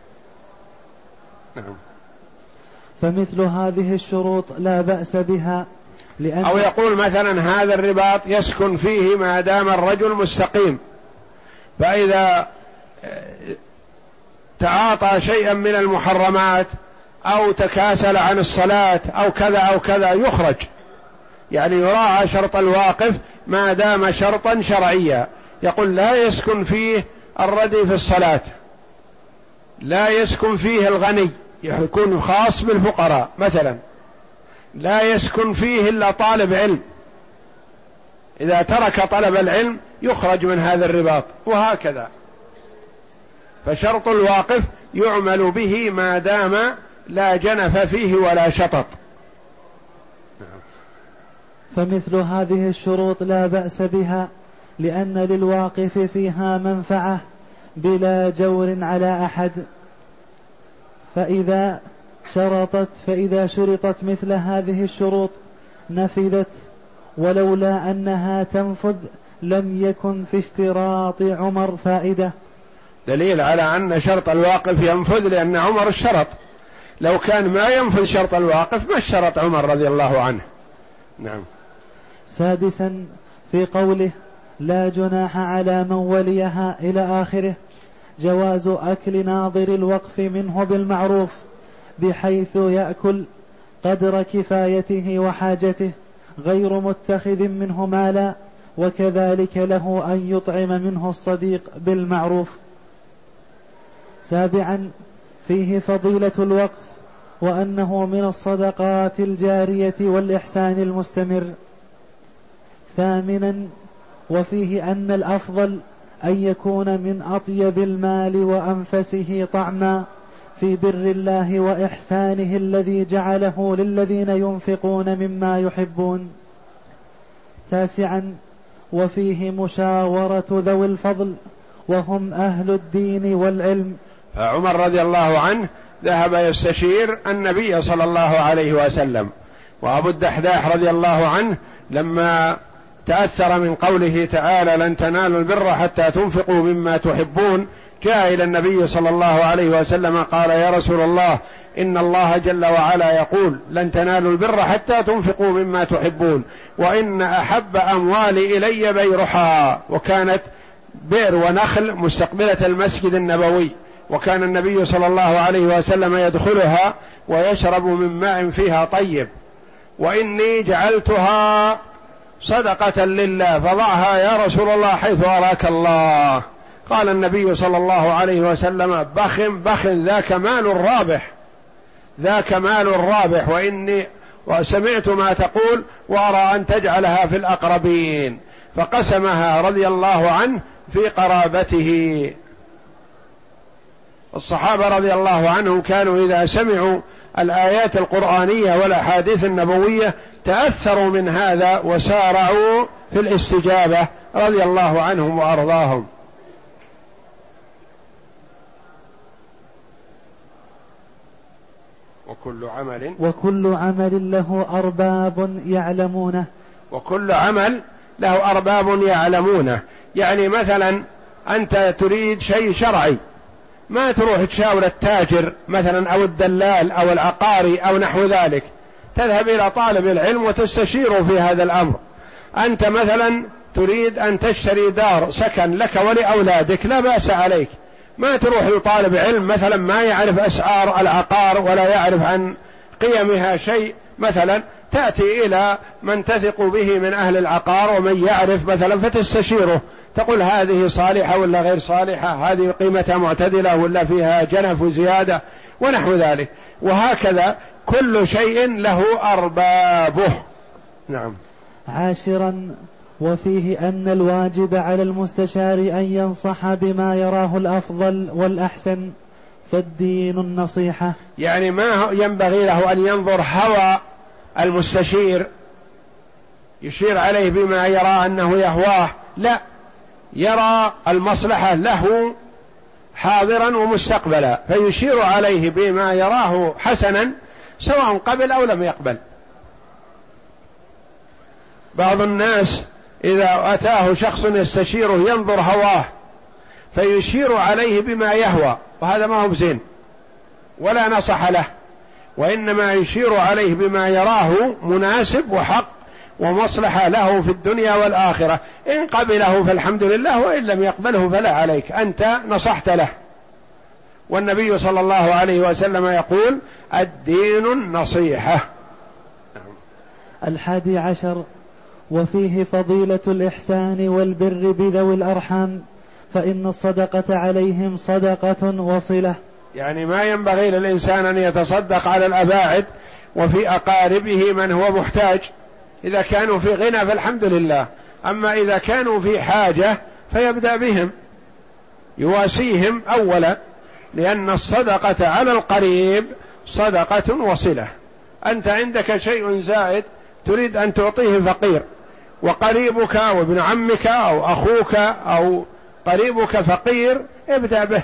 نعم. فمثل هذه الشروط لا بأس بها، لأن أو يقول مثلا هذا الرباط يسكن فيه ما دام الرجل مستقيم، فإذا تعاطى شيئا من المحرمات أو تكاسل عن الصلاة أو كذا أو كذا يخرج، يعني يراعى شرط الواقف ما دام شرطا شرعيا. يقول لا يسكن فيه الردي في الصلاة، لا يسكن فيه الغني يكون خاص بالفقراء مثلا، لا يسكن فيه إلا طالب علم، إذا ترك طلب العلم يخرج من هذا الرباط، وهكذا. فشرط الواقف يعمل به ما دام لا جنف فيه ولا شطط. فمثل هذه الشروط لا بأس بها، لأن للواقف فيها منفعة بلا جور على أحد. فإذا شرطت فإذا شرطت مثل هذه الشروط نفذت، ولولا أنها تنفذ لم يكن في اشتراط عمر فائدة. دليل على أن شرط الواقف ينفذ لأن عمر اشترط، لو كان ما ينفذ شرط الواقف ما اشترط عمر رضي الله عنه. نعم. سادسا في قوله لا جناح على من وليها إلى آخره جواز أكل ناظر الوقف منه بالمعروف، بحيث يأكل قدر كفايته وحاجته غير متخذ منه مالا، وكذلك له أن يطعم منه الصديق بالمعروف. سابعا فيه فضيلة الوقف، وأنه من الصدقات الجارية والإحسان المستمر. ثامنا وفيه أن الأفضل أن يكون من أطيب المال وأنفسه طعما في بر الله وإحسانه الذي جعله للذين ينفقون مما يحبون. تاسعا وفيه مشاورة ذوي الفضل وهم أهل الدين والعلم. فعمر رضي الله عنه ذهب يستشير النبي صلى الله عليه وسلم، وأبو الدحداح رضي الله عنه لما تأثر من قوله تعالى لن تنالوا البر حتى تنفقوا مما تحبون جاء إلى النبي صلى الله عليه وسلم قال يا رسول الله إن الله جل وعلا يقول لن تنالوا البر حتى تنفقوا مما تحبون، وإن أحب أموالي إلي بيرحا، وكانت بئر ونخل مستقبلة المسجد النبوي، وكان النبي صلى الله عليه وسلم يدخلها ويشرب من ماء فيها طيب، وإني جعلتها صدقة لله فضعها يا رسول الله حيث أراك الله. قال النبي صلى الله عليه وسلم بخ بخ ذاك مال رابح، ذاك مال رابح، وإني وسمعت ما تقول وأرى أن تجعلها في الأقربين، فقسمها رضي الله عنه في قرابته. الصحابة رضي الله عنهم كانوا إذا سمعوا الآيات القرآنية والأحاديث النبوية تأثروا من هذا وسارعوا في الاستجابة رضي الله عنهم وأرضاهم. وكل عمل وكل عمل له أرباب يعلمونه وكل عمل له أرباب يعلمونه. يعني مثلا أنت تريد شيء شرعي، ما تروح تشاور التاجر مثلا أو الدلال أو العقاري أو نحو ذلك، تذهب إلى طالب العلم وتستشيره في هذا الأمر. أنت مثلا تريد أن تشتري دار سكن لك ولأولادك، لا بأس عليك، ما تروح لطالب علم مثلا ما يعرف أسعار العقار ولا يعرف عن قيمها شيء، مثلا تأتي إلى من تثق به من أهل العقار ومن يعرف مثلا فتستشيره، تقول هذه صالحة ولا غير صالحة، هذه قيمتها معتدلة ولا فيها جنف وزيادة ونحو ذلك. وهكذا كل شيء له أربابه. نعم. عاشرا: وفيه أن الواجب على المستشار أن ينصح بما يراه الأفضل والأحسن، فالدين النصيحة. يعني ما ينبغي له أن ينظر هوى المستشير يشير عليه بما يرى أنه يهواه، لا، يرى المصلحة له حاضرا ومستقبلا فيشير عليه بما يراه حسنا سواء قبل أو لم يقبل. بعض الناس إذا أتاه شخص يستشيره ينظر هواه فيشير عليه بما يهوى، وهذا ما هو بزين ولا نصح له، وإنما يشير عليه بما يراه مناسب وحق ومصلحة له في الدنيا والآخرة. إن قبله فالحمد لله، وإن لم يقبله فلا عليك، أنت نصحت له. والنبي صلى الله عليه وسلم يقول: الدين النصيحة. الحادي عشر: وفيه فضيلة الإحسان والبر بذوي الأرحام، فإن الصدقة عليهم صدقة وصلة. يعني ما ينبغي للإنسان أن يتصدق على الأباعد وفي أقاربه من هو محتاج، إذا كانوا في غنى فالحمد لله، أما إذا كانوا في حاجة فيبدأ بهم يواسيهم أولا، لأن الصدقة على القريب صدقة وصلة. أنت عندك شيء زائد تريد أن تعطيه فقير، وقريبك أو ابن عمك أو أخوك أو قريبك فقير، ابدأ به،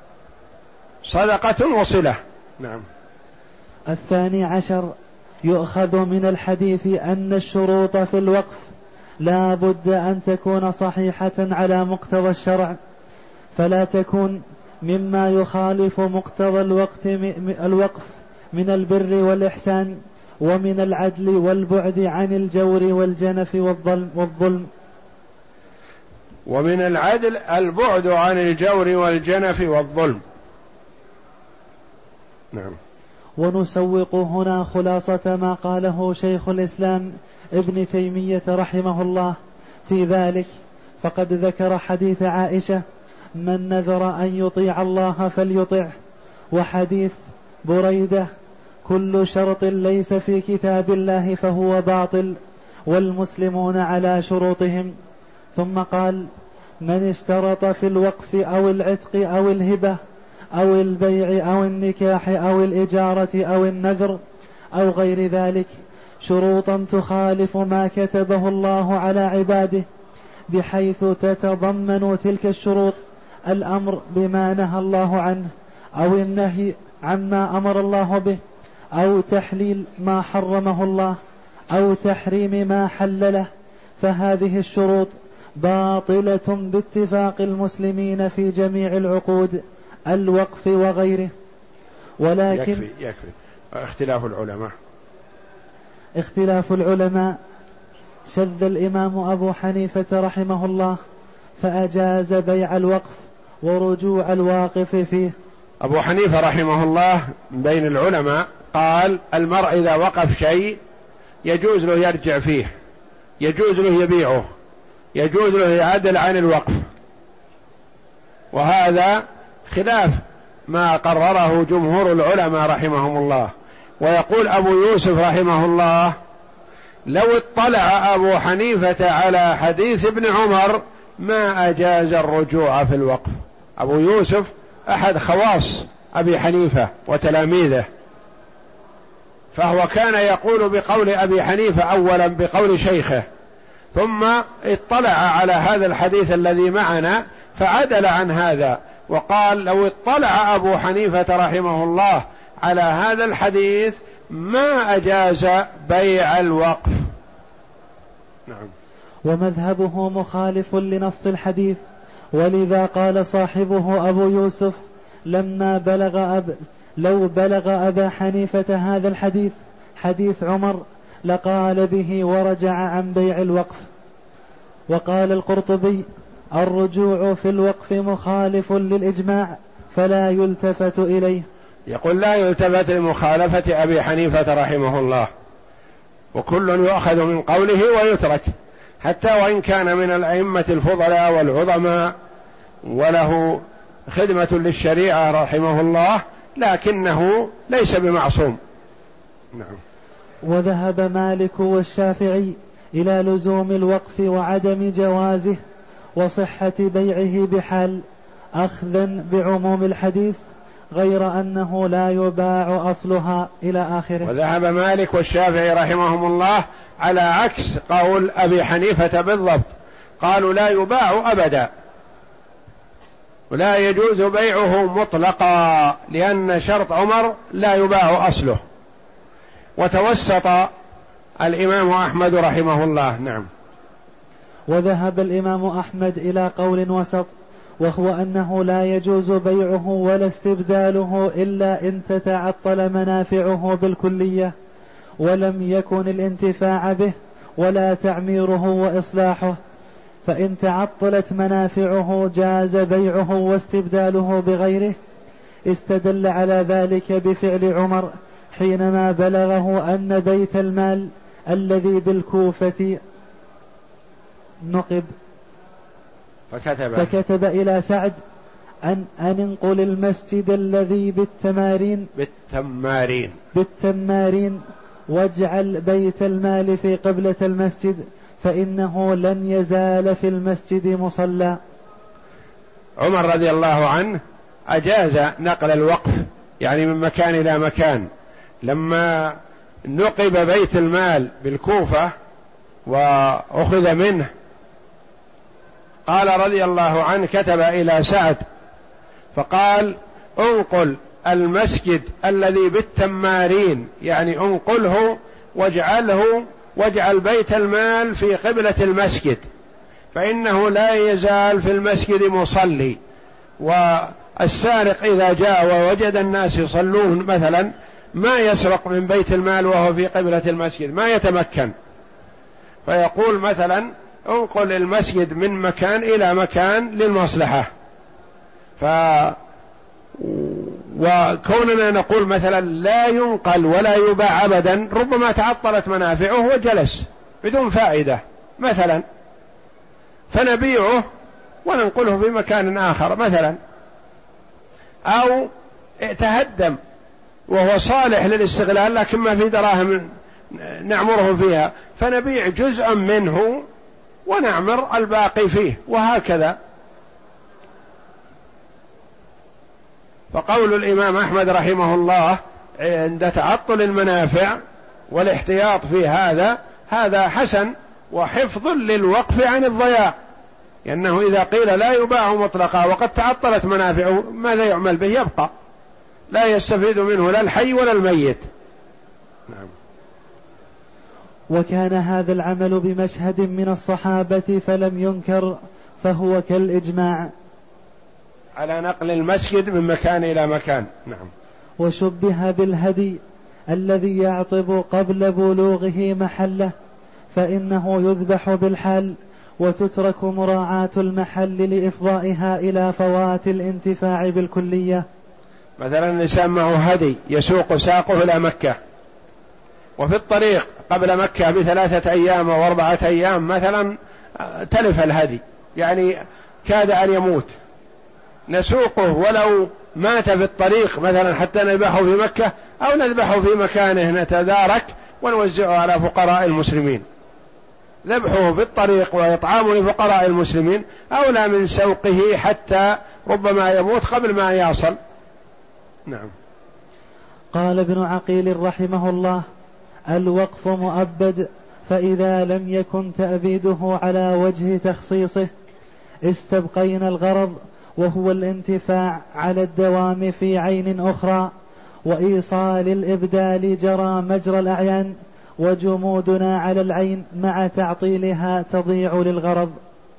صدقة وصلة. نعم. الثاني عشر: يؤخذ من الحديث أن الشروط في الوقف لا بد أن تكون صحيحة على مقتضى الشرع، فلا تكون مما يخالف مقتضى الوقت الوقف من البر والإحسان ومن العدل والبعد عن الجور والجنف والظلم, والظلم ومن العدل البعد عن الجور والجنف والظلم. نعم. ونسوق هنا خلاصة ما قاله شيخ الإسلام ابن تيمية رحمه الله في ذلك، فقد ذكر حديث عائشة: من نذر أن يطيع الله فليطعه، وحديث بريدة: كل شرط ليس في كتاب الله فهو باطل، والمسلمون على شروطهم. ثم قال: من اشترط في الوقف أو العتق أو الهبة أو البيع أو النكاح أو الإجارة أو النذر أو غير ذلك شروطا تخالف ما كتبه الله على عباده، بحيث تتضمن تلك الشروط الأمر بما نهى الله عنه أو النهي عما أمر الله به، أو تحليل ما حرمه الله أو تحريم ما حلله، فهذه الشروط باطلة باتفاق المسلمين في جميع العقود الوقف وغيره. ولكن يكفي يكفي اختلاف العلماء اختلاف العلماء شذ الإمام أبو حنيفة رحمه الله فأجاز بيع الوقف ورجوع الواقف فيه. أبو حنيفة رحمه الله بين العلماء قال: المرء إذا وقف شيء يجوز له يرجع فيه، يجوز له يبيعه، يجوز له يعدل عن الوقف، وهذا خلاف ما قرره جمهور العلماء رحمهم الله. ويقول أبو يوسف رحمه الله: لو اطلع أبو حنيفة على حديث ابن عمر ما أجاز الرجوع في الوقف. أبو يوسف أحد خواص أبي حنيفة وتلاميذه، فهو كان يقول بقول أبي حنيفة أولا بقول شيخه، ثم اطلع على هذا الحديث الذي معنا فعدل عن هذا، وقال: لو اطلع أبو حنيفة رحمه الله على هذا الحديث ما أجاز بيع الوقف. نعم. ومذهبه مخالف لنص الحديث، ولذا قال صاحبه أبو يوسف لما بلغ أب لو بلغ أبا حنيفة هذا الحديث حديث عمر لقال به ورجع عن بيع الوقف. وقال القرطبي الرجوع في الوقف مخالف للإجماع فلا يلتفت إليه. يقول لا يلتفت لمخالفة أبي حنيفة رحمه الله، وكل يؤخذ من قوله ويترك، حتى وإن كان من الأئمة الفضلاء والعظماء وله خدمة للشريعة رحمه الله، لكنه ليس بمعصوم. نعم. وذهب مالك والشافعي إلى لزوم الوقف وعدم جوازه وصحة بيعه بحال، أخذا بعموم الحديث، غير أنه لا يباع أصلها إلى آخره. وذهب مالك والشافعي رحمهم الله على عكس قول أبي حنيفة بالضبط، قالوا لا يباع أبدا ولا يجوز بيعه مطلقا، لأن شرط عمر لا يباع أصله. وتوسط الإمام أحمد رحمه الله. نعم. وذهب الإمام أحمد إلى قول وسط، وهو أنه لا يجوز بيعه ولا استبداله إلا إن تتعطل منافعه بالكلية ولم يكن الانتفاع به ولا تعميره وإصلاحه، فإن تعطلت منافعه جاز بيعه واستبداله بغيره. استدل على ذلك بفعل عمر حينما بلغه أن بيت المال الذي بالكوفة نقب فكتب, فكتب إلى سعد أن, أن انقل المسجد الذي بالتمارين بالتمارين بالتمارين واجعل بيت المال في قبلة المسجد فإنه لن يزال في المسجد مصلى. عمر رضي الله عنه أجاز نقل الوقف، يعني من مكان إلى مكان. لما نقب بيت المال بالكوفة وأخذ منه، قال رضي الله عنه كتب إلى سعد فقال انقل المسجد الذي بالتمارين، يعني انقله واجعله واجعل بيت المال في قبلة المسجد، فإنه لا يزال في المسجد مصلي. والسارق إذا جاء ووجد الناس يصلون مثلا ما يسرق من بيت المال وهو في قبلة المسجد، ما يتمكن، فيقول مثلا انقل المسجد من مكان إلى مكان للمصلحة. ف وكوننا نقول مثلا لا ينقل ولا يباع أبدا، ربما تعطلت منافعه وجلس بدون فائدة مثلا، فنبيعه وننقله في مكان آخر مثلا، أو تهدم وهو صالح للاستغلال لكن ما في دراهم نعمره فيها، فنبيع جزءا منه ونعمر الباقي فيه، وهكذا. فقول الإمام أحمد رحمه الله عند تعطل المنافع والاحتياط في هذا هذا حسن وحفظ للوقف عن الضياع، لأنه إذا قيل لا يباع مطلقا وقد تعطلت منافعه ماذا يعمل به؟ يبقى لا يستفيد منه لا الحي ولا الميت. نعم. وكان هذا العمل بمشهد من الصحابة فلم ينكر، فهو كالإجماع على نقل المسجد من مكان إلى مكان. نعم. وشبه بالهدي الذي يعطب قبل بلوغه محله، فإنه يذبح بالحال وتترك مراعاة المحل لإفضائها إلى فوات الانتفاع بالكلية. مثلا الإنسان معه هدي يسوق ساقه إلى مكة، وفي الطريق قبل مكة بثلاثة أيام أو أربعة أيام مثلا تلف الهدي، يعني كاد أن يموت، نسوقه ولو مات في الطريق مثلا حتى نذبحه في مكة، أو نذبحه في مكانه نتدارك ونوزعه على فقراء المسلمين. ذبحه في الطريق وإطعامه لفقراء المسلمين أولى من سوقه حتى ربما يموت قبل ما يصل. نعم. قال ابن عقيل رحمه الله: الوقف مؤبد، فإذا لم يكن تأبيده على وجه تخصيصه استبقينا الغرض، وهو الانتفاع على الدوام في عين أخرى، وإيصال الإبدال جرى مجرى الأعيان، وجمودنا على العين مع تعطيلها تضيع للغرض.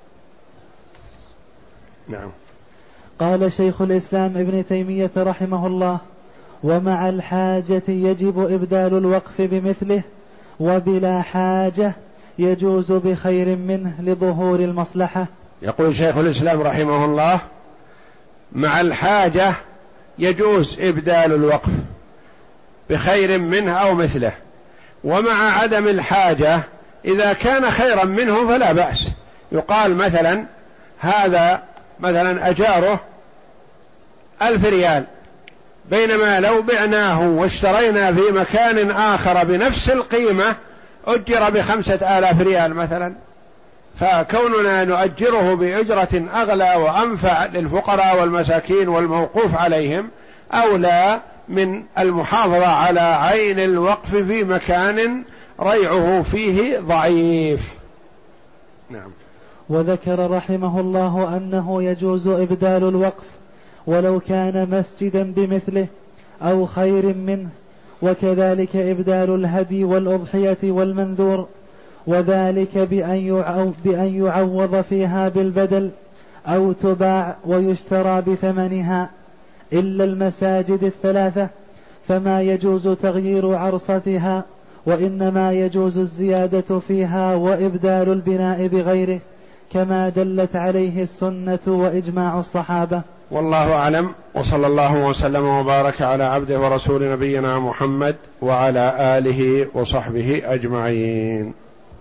نعم. قال شيخ الإسلام ابن تيمية رحمه الله: ومع الحاجة يجب إبدال الوقف بمثله، وبلا حاجة يجوز بخير منه لظهور المصلحة. يقول شيخ الإسلام رحمه الله: مع الحاجة يجوز إبدال الوقف بخير منه أو مثله، ومع عدم الحاجة إذا كان خيرا منه فلا بأس. يقال مثلا هذا مثلا أجاره ألف ريال، بينما لو بعناه واشترينا في مكان آخر بنفس القيمة أجر بخمسة آلاف ريال مثلا، فكوننا نؤجره بأجرة أغلى وأنفع للفقراء والمساكين والموقوف عليهم أولى من المحافظة على عين الوقف في مكان ريعه فيه ضعيف. نعم. وذكر رحمه الله أنه يجوز إبدال الوقف ولو كان مسجدا بمثله أو خير منه، وكذلك إبدال الهدي والأضحية والمنذور، وذلك بأن يعوض فيها بالبدل أو تباع ويشترى بثمنها، إلا المساجد الثلاثة فما يجوز تغيير عرصتها، وإنما يجوز الزيادة فيها وإبدال البناء بغيره، كما دلت عليه السنة وإجماع الصحابة. والله أعلم، وصلى الله وسلم وبارك على عبده ورسول نبينا محمد وعلى آله وصحبه أجمعين.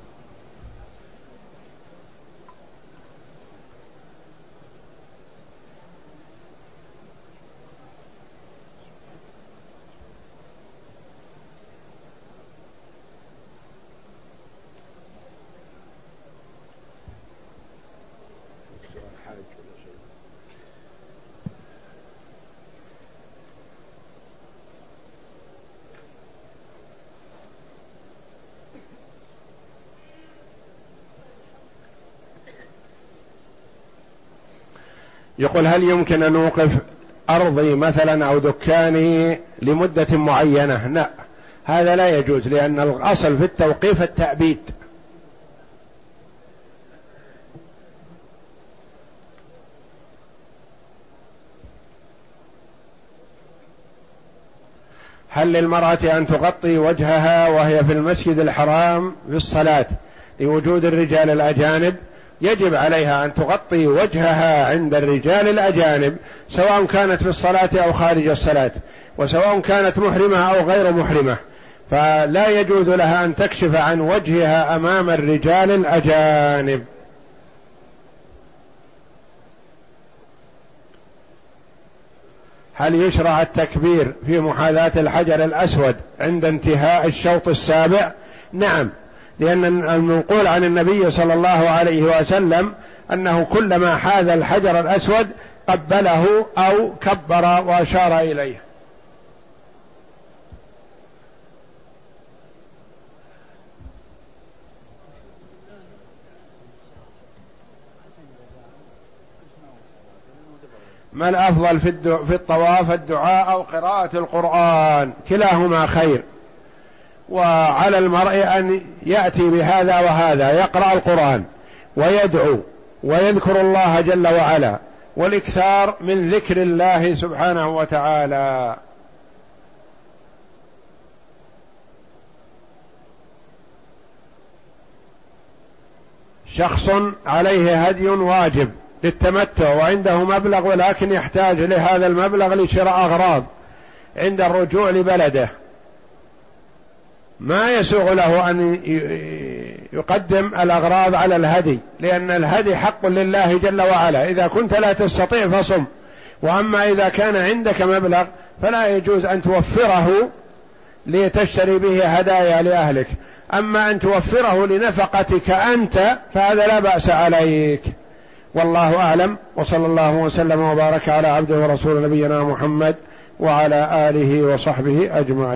يقول: هل يمكن أن أوقف أرضي مثلا أو دكاني لمدة معينة؟ لا، هذا لا يجوز، لأن الأصل في التوقيف التأبيد. هل للمرأة أن تغطي وجهها وهي في المسجد الحرام في الصلاة لوجود الرجال الأجانب؟ يجب عليها أن تغطي وجهها عند الرجال الأجانب، سواء كانت في الصلاة أو خارج الصلاة، وسواء كانت محرمة أو غير محرمة، فلا يجوز لها أن تكشف عن وجهها أمام الرجال الأجانب. هل يشرع التكبير في محاذاة الحجر الأسود عند انتهاء الشوط السابع؟ نعم، لأن المنقول عن النبي صلى الله عليه وسلم أنه كلما حاذ الحجر الأسود قبله أو كبر وأشار إليه. ما الأفضل في الطواف، الدعاء أو قراءة القرآن؟ كلاهما خير، وعلى المرء أن يأتي بهذا وهذا، يقرأ القرآن ويدعو ويذكر الله جل وعلا، والإكثار من ذكر الله سبحانه وتعالى. شخص عليه هدي واجب للتمتع وعنده مبلغ، ولكن يحتاج لهذا المبلغ لشراء أغراض عند الرجوع لبلده، ما يسوغ له أن يقدم الأغراض على الهدي، لأن الهدي حق لله جل وعلا. إذا كنت لا تستطيع فصم، وأما إذا كان عندك مبلغ فلا يجوز أن توفره لتشتري به هدايا لأهلك، أما أن توفره لنفقتك أنت فهذا لا بأس عليك. والله أعلم، وصلى الله وسلم وبارك على عبده ورسول نبينا محمد وعلى آله وصحبه أجمعين.